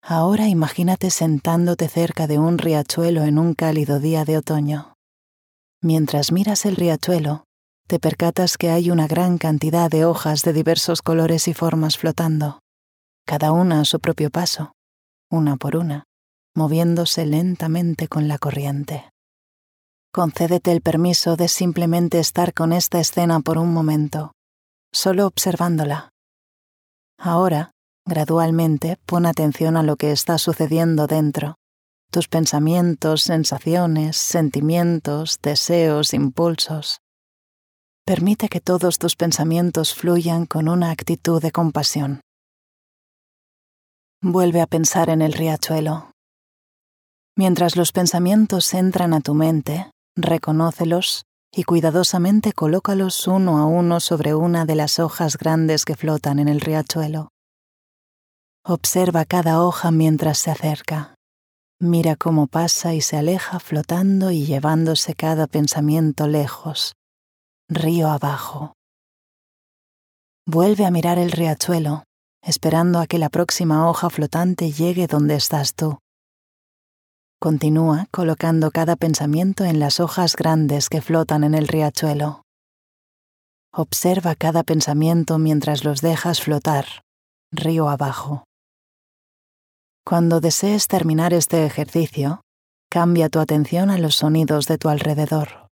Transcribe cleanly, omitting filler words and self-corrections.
Ahora imagínate sentándote cerca de un riachuelo en un cálido día de otoño. Mientras miras el riachuelo, te percatas que hay una gran cantidad de hojas de diversos colores y formas flotando, cada una a su propio paso, una por una, moviéndose lentamente con la corriente. Concédete el permiso de simplemente estar con esta escena por un momento, solo observándola. Ahora, gradualmente, pon atención a lo que está sucediendo dentro, tus pensamientos, sensaciones, sentimientos, deseos, impulsos. Permite que todos tus pensamientos fluyan con una actitud de compasión. Vuelve a pensar en el riachuelo. Mientras los pensamientos entran a tu mente, reconócelos y cuidadosamente colócalos uno a uno sobre una de las hojas grandes que flotan en el riachuelo. Observa cada hoja mientras se acerca. Mira cómo pasa y se aleja flotando y llevándose cada pensamiento lejos, río abajo. Vuelve a mirar el riachuelo, esperando a que la próxima hoja flotante llegue donde estás tú. Continúa colocando cada pensamiento en las hojas grandes que flotan en el riachuelo. Observa cada pensamiento mientras los dejas flotar, río abajo. Cuando desees terminar este ejercicio, cambia tu atención a los sonidos de tu alrededor.